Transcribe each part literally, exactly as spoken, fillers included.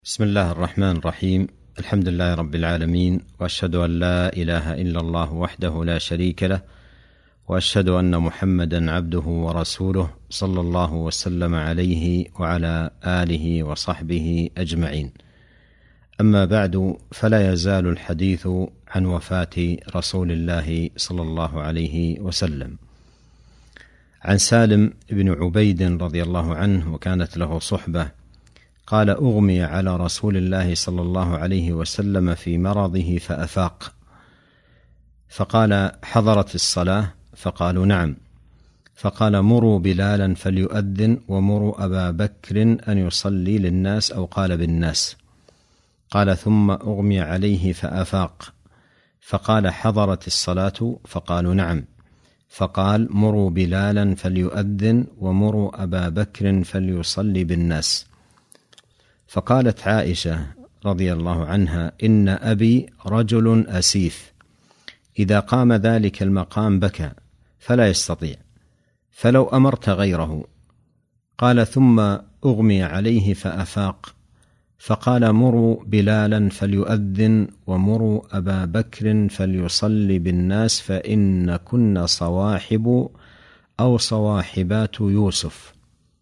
بسم الله الرحمن الرحيم. الحمد لله رب العالمين، وأشهد أن لا إله إلا الله وحده لا شريك له، وأشهد أن محمدا عبده ورسوله صلى الله وسلم عليه وعلى آله وصحبه أجمعين. أما بعد، فلا يزال الحديث عن وفاة رسول الله صلى الله عليه وسلم. عن سالم بن عبيد رضي الله عنه، وكانت له صحبة، قال: أغمي على رسول الله صلى الله عليه وسلم في مرضه فأفاق، فقال: حضرت الصلاة؟ فقالوا: نعم. فقال: مروا بلالا فليؤذن، ومروا أبا بكر أن يصلي للناس، أو قال بالناس. قال: ثم أغمي عليه فأفاق، فقال: حضرت الصلاة؟ فقالوا: نعم. فقال: مروا بلالا فليؤذن، ومروا أبا بكر فليصلي بالناس. فقالت عائشة رضي الله عنها: إن أبي رجل أسيف، إذا قام ذلك المقام بكى فلا يستطيع، فلو أمرت غيره. قال: ثم أغمي عليه فأفاق، فقال: مروا بلالا فليؤذن، ومروا أبا بكر فليصلي بالناس، فإن كن صواحب أو صواحبات يوسف.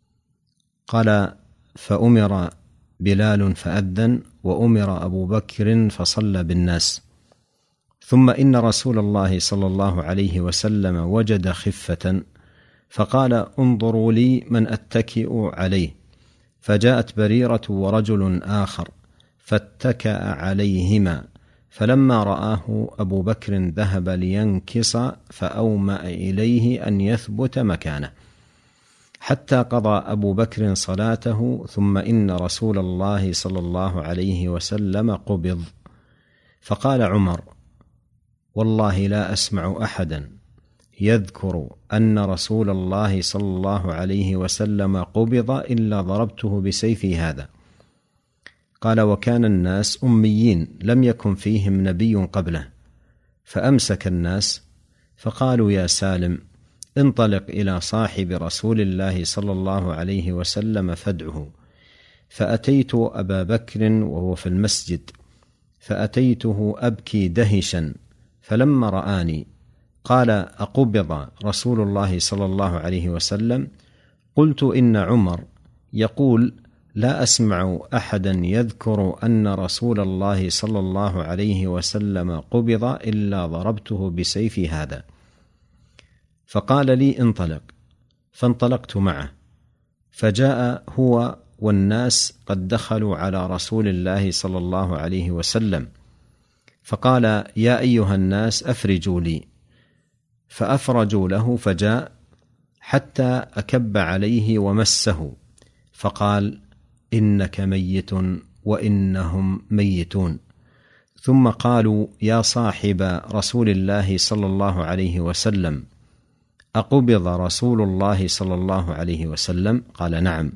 قال: فأمر بلال فأذن، وأمر أبو بكر فصلى بالناس. ثم إن رسول الله صلى الله عليه وسلم وجد خفة، فقال: انظروا لي من أتكئ عليه. فجاءت بريرة ورجل آخر فاتكأ عليهما، فلما رآه أبو بكر ذهب لينكص، فأومأ إليه أن يثبت مكانه حتى قضى أبو بكر صلاته. ثم إن رسول الله صلى الله عليه وسلم قبض. فقال عمر: والله لا أسمع أحدا يذكر أن رسول الله صلى الله عليه وسلم قبض إلا ضربته بسيفي هذا. قال: وكان الناس أميين، لم يكن فيهم نبي قبله. فأمسك الناس، فقالوا: يا سالم، انطلق إلى صاحب رسول الله صلى الله عليه وسلم فادعه. فأتيت أبا بكر وهو في المسجد، فأتيته أبكي دهشا، فلما رآني قال: أقبض رسول الله صلى الله عليه وسلم؟ قلت: إن عمر يقول: لا أسمع أحدا يذكر أن رسول الله صلى الله عليه وسلم قبض إلا ضربته بسيفي هذا. فقال لي: انطلق. فانطلقت معه، فجاء هو والناس قد دخلوا على رسول الله صلى الله عليه وسلم، فقال: يا أيها الناس أفرجوا لي. فأفرجوا له، فجاء حتى أكب عليه ومسه، فقال: إنك ميت وإنهم ميتون. ثم قالوا: يا صاحب رسول الله صلى الله عليه وسلم، أقبض رسول الله صلى الله عليه وسلم؟ قال: نعم.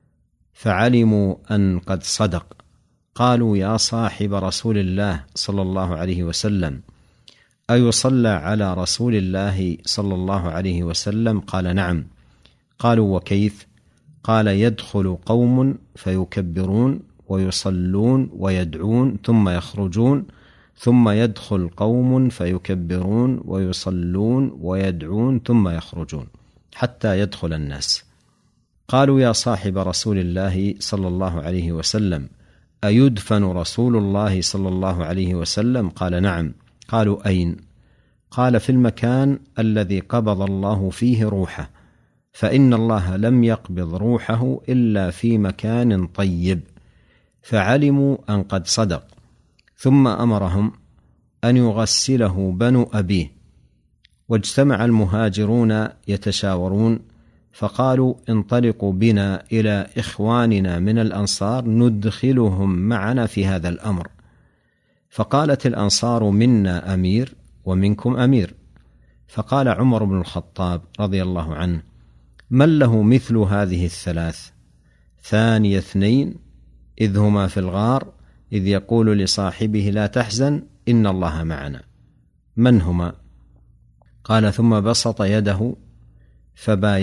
فعلموا أن قد صدق. قالوا: يا صاحب رسول الله صلى الله عليه وسلم، أيصلى على رسول الله صلى الله عليه وسلم؟ قال: نعم. قالوا: وكيف؟ قال: يدخل قوم فيكبرون ويصلون ويدعون ثم يخرجون، ثم يدخل قوم فيكبرون ويصلون ويدعون ثم يخرجون، حتى يدخل الناس. قالوا: يا صاحب رسول الله صلى الله عليه وسلم، أيدفن رسول الله صلى الله عليه وسلم؟ قال: نعم. قالوا: أين؟ قال: في المكان الذي قبض الله فيه روحه، فإن الله لم يقبض روحه إلا في مكان طيب. فعلموا أن قد صدق. ثم أمرهم أن يغسله بنو أبيه. واجتمع المهاجرون يتشاورون، فقالوا: انطلقوا بنا إلى إخواننا من الأنصار ندخلهم معنا في هذا الأمر. فقالت الأنصار: منا أمير ومنكم أمير. فقال عمر بن الخطاب رضي الله عنه: من له مثل هذه الثلاث؟ ثاني اثنين إذ هما في الغار، إذ يقول لصاحبه: لا تحزن إن الله معنا. من هما؟ قال: ثم بسط يده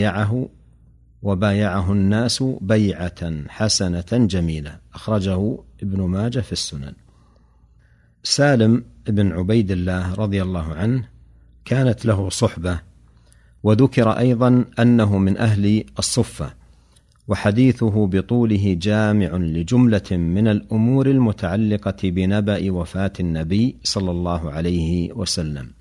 فبايعه، وبايعه الناس بيعة حسنة جميلة. أخرجه ابن ماجه في السنن. سالم بن عبيد الله رضي الله عنه كانت له صحبة، وذكر أيضا أنه من أهل الصفة، وحديثه بطوله جامع لجملة من الأمور المتعلقة بنبأ وفاة النبي صلى الله عليه وسلم.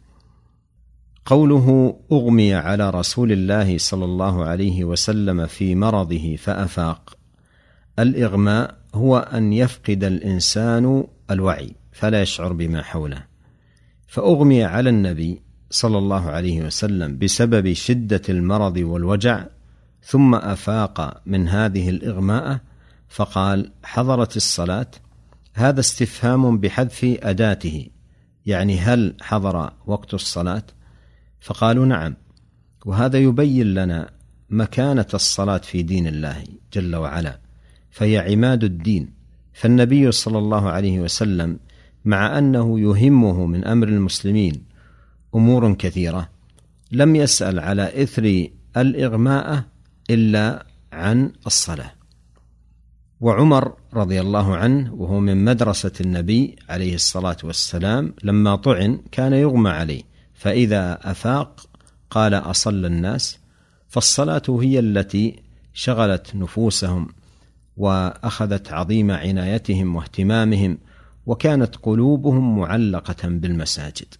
قوله أغمي على رسول الله صلى الله عليه وسلم في مرضه فأفاق، الإغماء هو أن يفقد الإنسان الوعي فلا يشعر بما حوله، فأغمي على النبي صلى الله عليه وسلم بسبب شدة المرض والوجع، ثم أفاق من هذه الإغماء فقال حضرت الصلاة. هذا استفهام بحذف أداته، يعني هل حضر وقت الصلاة؟ فقالوا نعم، وهذا يبين لنا مكانة الصلاة في دين الله جل وعلا، فهي عماد الدين. فالنبي صلى الله عليه وسلم مع أنه يهمه من أمر المسلمين أمور كثيرة، لم يسأل على إثر الإغماء إلا عن الصلاة. وعمر رضي الله عنه وهو من مدرسة النبي عليه الصلاة والسلام لما طعن كان يغمى عليه، فإذا أفاق قال أصلى الناس. فالصلاة هي التي شغلت نفوسهم وأخذت عظيم عنايتهم واهتمامهم، وكانت قلوبهم معلقة بالمساجد.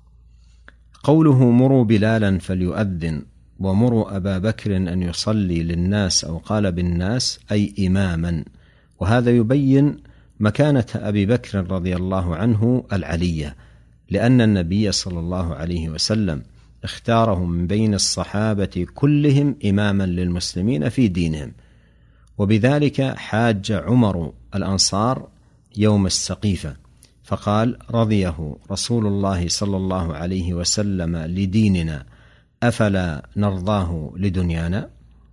قوله مروا بلالا فليؤذن ومروا أبا بكر أن يصلي للناس، أو قال بالناس أي إماما، وهذا يبين مكانة أبي بكر رضي الله عنه العلية، لأن النبي صلى الله عليه وسلم اختاره من بين الصحابة كلهم إماما للمسلمين في دينهم. وبذلك حاج عمر الأنصار يوم السقيفة فقال رضيه رسول الله صلى الله عليه وسلم لديننا أفلا نرضاه لدنيانا.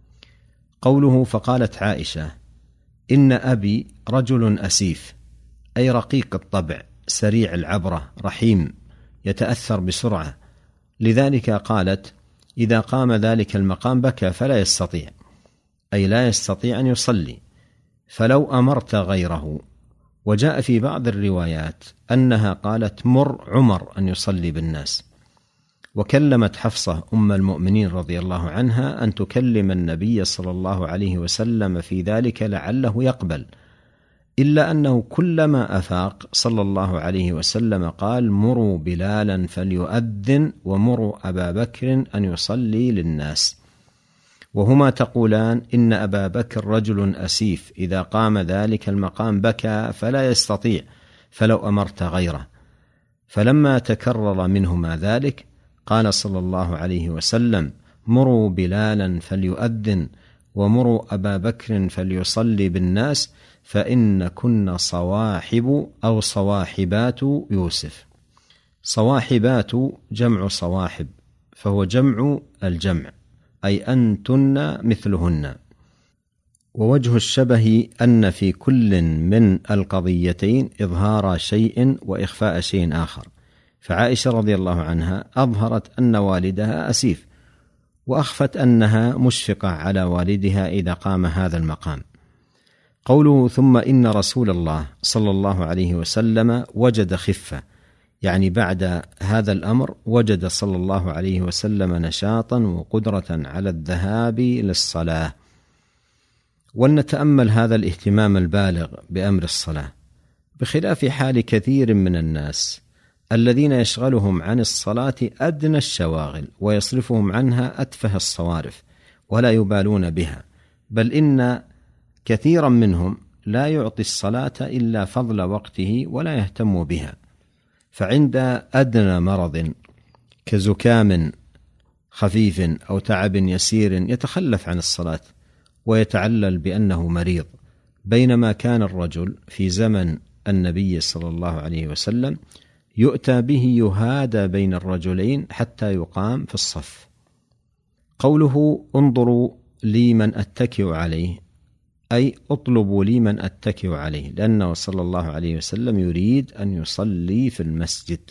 قوله فقالت عائشة إن أبي رجل أسيف، أي رقيق الطبع سريع العبرة رحيم يتأثر بسرعة، لذلك قالت إذا قام ذلك المقام بكى فلا يستطيع، أي لا يستطيع أن يصلي، فلو أمرت غيره. وجاء في بعض الروايات أنها قالت مر عمر أن يصلي بالناس. وكلمت حفصة أم المؤمنين رضي الله عنها أن تكلم النبي صلى الله عليه وسلم في ذلك لعله يقبل، إلا أنه كلما أفاق صلى الله عليه وسلم قال مروا بلالا فليؤذن ومروا أبا بكر أن يصلي للناس، وهما تقولان إن أبا بكر رجل أسيف إذا قام ذلك المقام بكى فلا يستطيع فلو أمرت غيره. فلما تكرر منهما ذلك قال صلى الله عليه وسلم مروا بلالا فليؤذن ومروا أبا بكر فليصلي بالناس فإن كن صواحب أو صواحبات يوسف. صواحبات جمع صواحب، فهو جمع الجمع، أي أنتن مثلهن. ووجه الشبه أن في كل من القضيتين إظهار شيء وإخفاء شيء آخر، فعائشة رضي الله عنها أظهرت أن والدها أسيف، وأخفت أنها مشفقة على والدها إذا قام هذا المقام. قوله ثم إن رسول الله صلى الله عليه وسلم وجد خفة، يعني بعد هذا الأمر وجد صلى الله عليه وسلم نشاطا وقدرة على الذهاب للصلاة. ولنتأمل هذا الاهتمام البالغ بأمر الصلاة، بخلاف حال كثير من الناس الذين يشغلهم عن الصلاة أدنى الشواغل ويصرفهم عنها أتفه الصوارف ولا يبالون بها، بل إن كثيرا منهم لا يعطي الصلاة إلا فضل وقته ولا يهتم بها، فعند أدنى مرض كزكام خفيف أو تعب يسير يتخلف عن الصلاة ويتعلل بأنه مريض، بينما كان الرجل في زمن النبي صلى الله عليه وسلم يؤتى به يهادى بين الرجلين حتى يقام في الصف. قوله انظروا لي من أتكئ عليه، أي اطلبوا لي من أتكئ عليه، لأنه صلى الله عليه وسلم يريد أن يصلي في المسجد.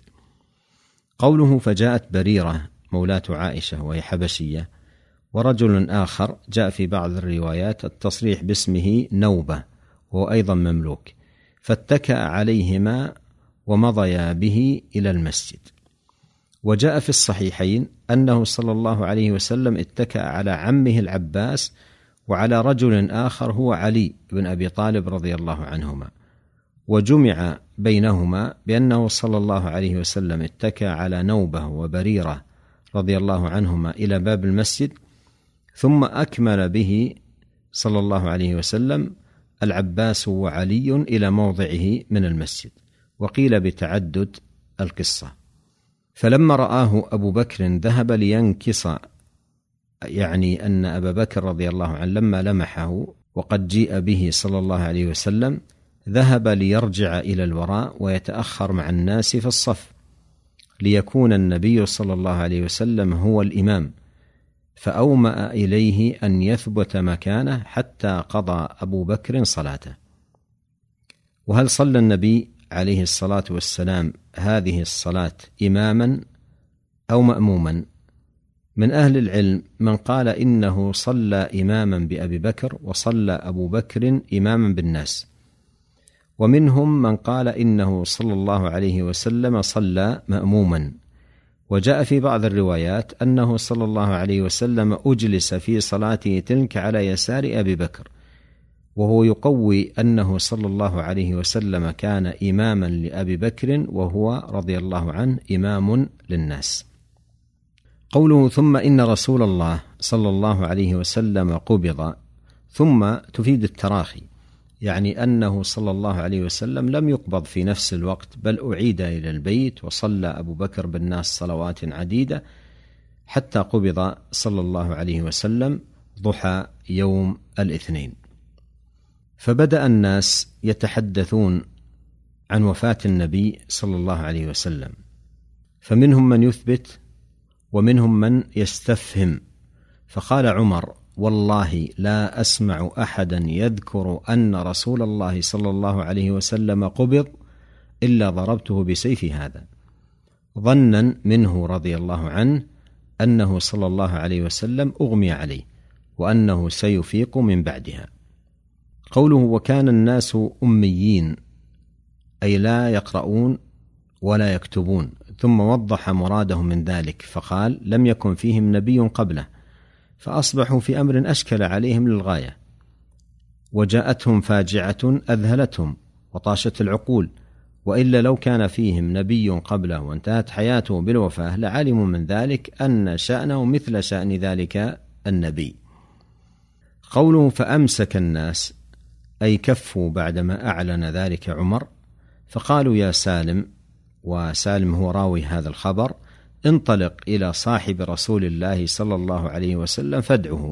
قوله فجاءت بريرة مولاة عائشة وهي حبشية، ورجل آخر جاء في بعض الروايات التصريح باسمه نوبة وهو أيضا مملوك، فاتكأ عليهما ومضيا به إلى المسجد. وجاء في الصحيحين أنه صلى الله عليه وسلم اتكأ على عمه العباس وعلى رجل آخر هو علي بن أبي طالب رضي الله عنهما، وجمع بينهما بأنه صلى الله عليه وسلم اتكأ على نوبة وبريرة رضي الله عنهما إلى باب المسجد، ثم أكمل به صلى الله عليه وسلم العباس وعلي إلى موضعه من المسجد. وقيل بتعدد القصة. فلما رآه أبو بكر ذهب لينكص، يعني أن أبا بكر رضي الله عنه لما لمحه وقد جيء به صلى الله عليه وسلم ذهب ليرجع إلى الوراء ويتأخر مع الناس في الصف ليكون النبي صلى الله عليه وسلم هو الإمام، فأومأ إليه أن يثبت مكانه حتى قضى أبو بكر صلاته. وهل صلى النبي عليه الصلاة والسلام هذه الصلاة إماما أو مأموما؟ من أهل العلم من قال إنه صلى إماما بأبي بكر وصلى أبو بكر إماما بالناس، ومنهم من قال إنه صلى الله عليه وسلم صلى مأموما. وجاء في بعض الروايات أنه صلى الله عليه وسلم أجلس في صلاته تلك على يسار أبي بكر، وهو يقوي أنه صلى الله عليه وسلم كان إماما لأبي بكر وهو رضي الله عنه إمام للناس. قوله ثم إن رسول الله صلى الله عليه وسلم قبض، ثم تفيد التراخي، يعني أنه صلى الله عليه وسلم لم يقبض في نفس الوقت، بل أعيد إلى البيت وصلى أبو بكر بالناس صلوات عديدة حتى قبض صلى الله عليه وسلم ضحى يوم الاثنين. فبدأ الناس يتحدثون عن وفاة النبي صلى الله عليه وسلم، فمنهم من يثبت ومنهم من يستفهم. فقال عمر: والله لا أسمع أحدا يذكر أن رسول الله صلى الله عليه وسلم قبض إلا ضربته بسيف هذا، ظنا منه رضي الله عنه أنه صلى الله عليه وسلم أغمي عليه وأنه سيفيق من بعدها. قوله وكان الناس أميين، أي لا يقرؤون ولا يكتبون، ثم وضح مراده من ذلك فقال: لم يكن فيهم نبي قبله، فأصبحوا في أمر أشكل عليهم للغاية، وجاءتهم فاجعة أذهلتهم وطاشت العقول، وإلا لو كان فيهم نبي قبله وانتهت حياته بالوفاة لعلموا من ذلك أن شأنه مثل شأن ذلك النبي. قوله فأمسك الناس، أي كفوا بعدما أعلن ذلك عمر، فقالوا يا سالم، وسالم هو راوي هذا الخبر، انطلق إلى صاحب رسول الله صلى الله عليه وسلم فادعه.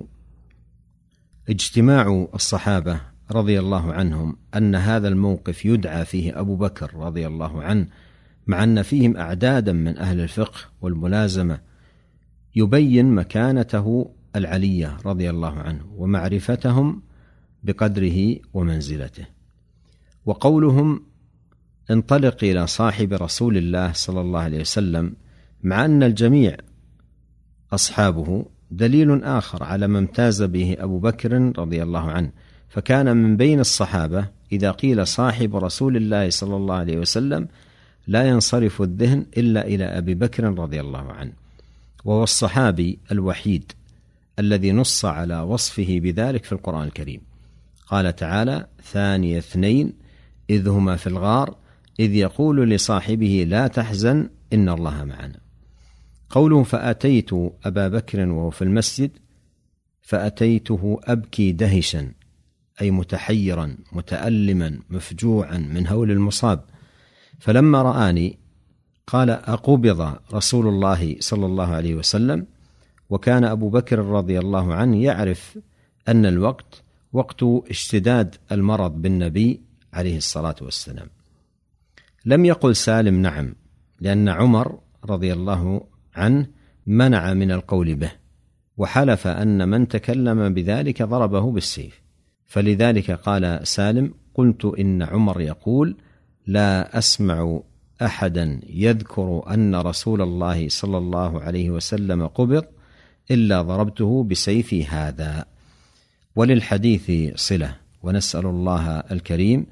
اجتماع الصحابة رضي الله عنهم أن هذا الموقف يدعى فيه أبو بكر رضي الله عنه، مع أن فيهم أعدادا من أهل الفقه والملازمة، يبين مكانته العلية رضي الله عنه ومعرفتهم بقدره ومنزلته. وقولهم انطلق إلى صاحب رسول الله صلى الله عليه وسلم، مع أن الجميع أصحابه، دليل آخر على ما امتاز به أبو بكر رضي الله عنه، فكان من بين الصحابة إذا قيل صاحب رسول الله صلى الله عليه وسلم لا ينصرف الذهن إلا إلى أبي بكر رضي الله عنه، وهو الصحابي الوحيد الذي نص على وصفه بذلك في القرآن الكريم. قال تعالى: ثاني اثنين إذ هما في الغار إذ يقول لصاحبه لا تحزن إن الله معنا. قوله فأتيت أبا بكر وهو في المسجد، فأتيته أبكي دهشا، أي متحيرا متألما مفجوعا من هول المصاب، فلما رآني قال أقبض رسول الله صلى الله عليه وسلم؟ وكان أبو بكر رضي الله عنه يعرف أن الوقت وقت اشتداد المرض بالنبي عليه الصلاة والسلام. لم يقل سالم نعم، لأن عمر رضي الله عنه منع من القول به، وحلف أن من تكلم بذلك ضربه بالسيف، فلذلك قال سالم: قلت إن عمر يقول لا أسمع أحدا يذكر أن رسول الله صلى الله عليه وسلم قبض إلا ضربته بسيفي هذا. وللحديث صلة، ونسأل الله الكريم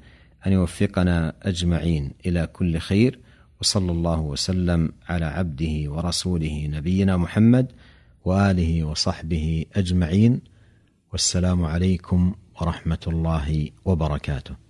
أن يوفقنا أجمعين إلى كل خير، وصلى الله وسلم على عبده ورسوله نبينا محمد وآله وصحبه أجمعين، والسلام عليكم ورحمة الله وبركاته.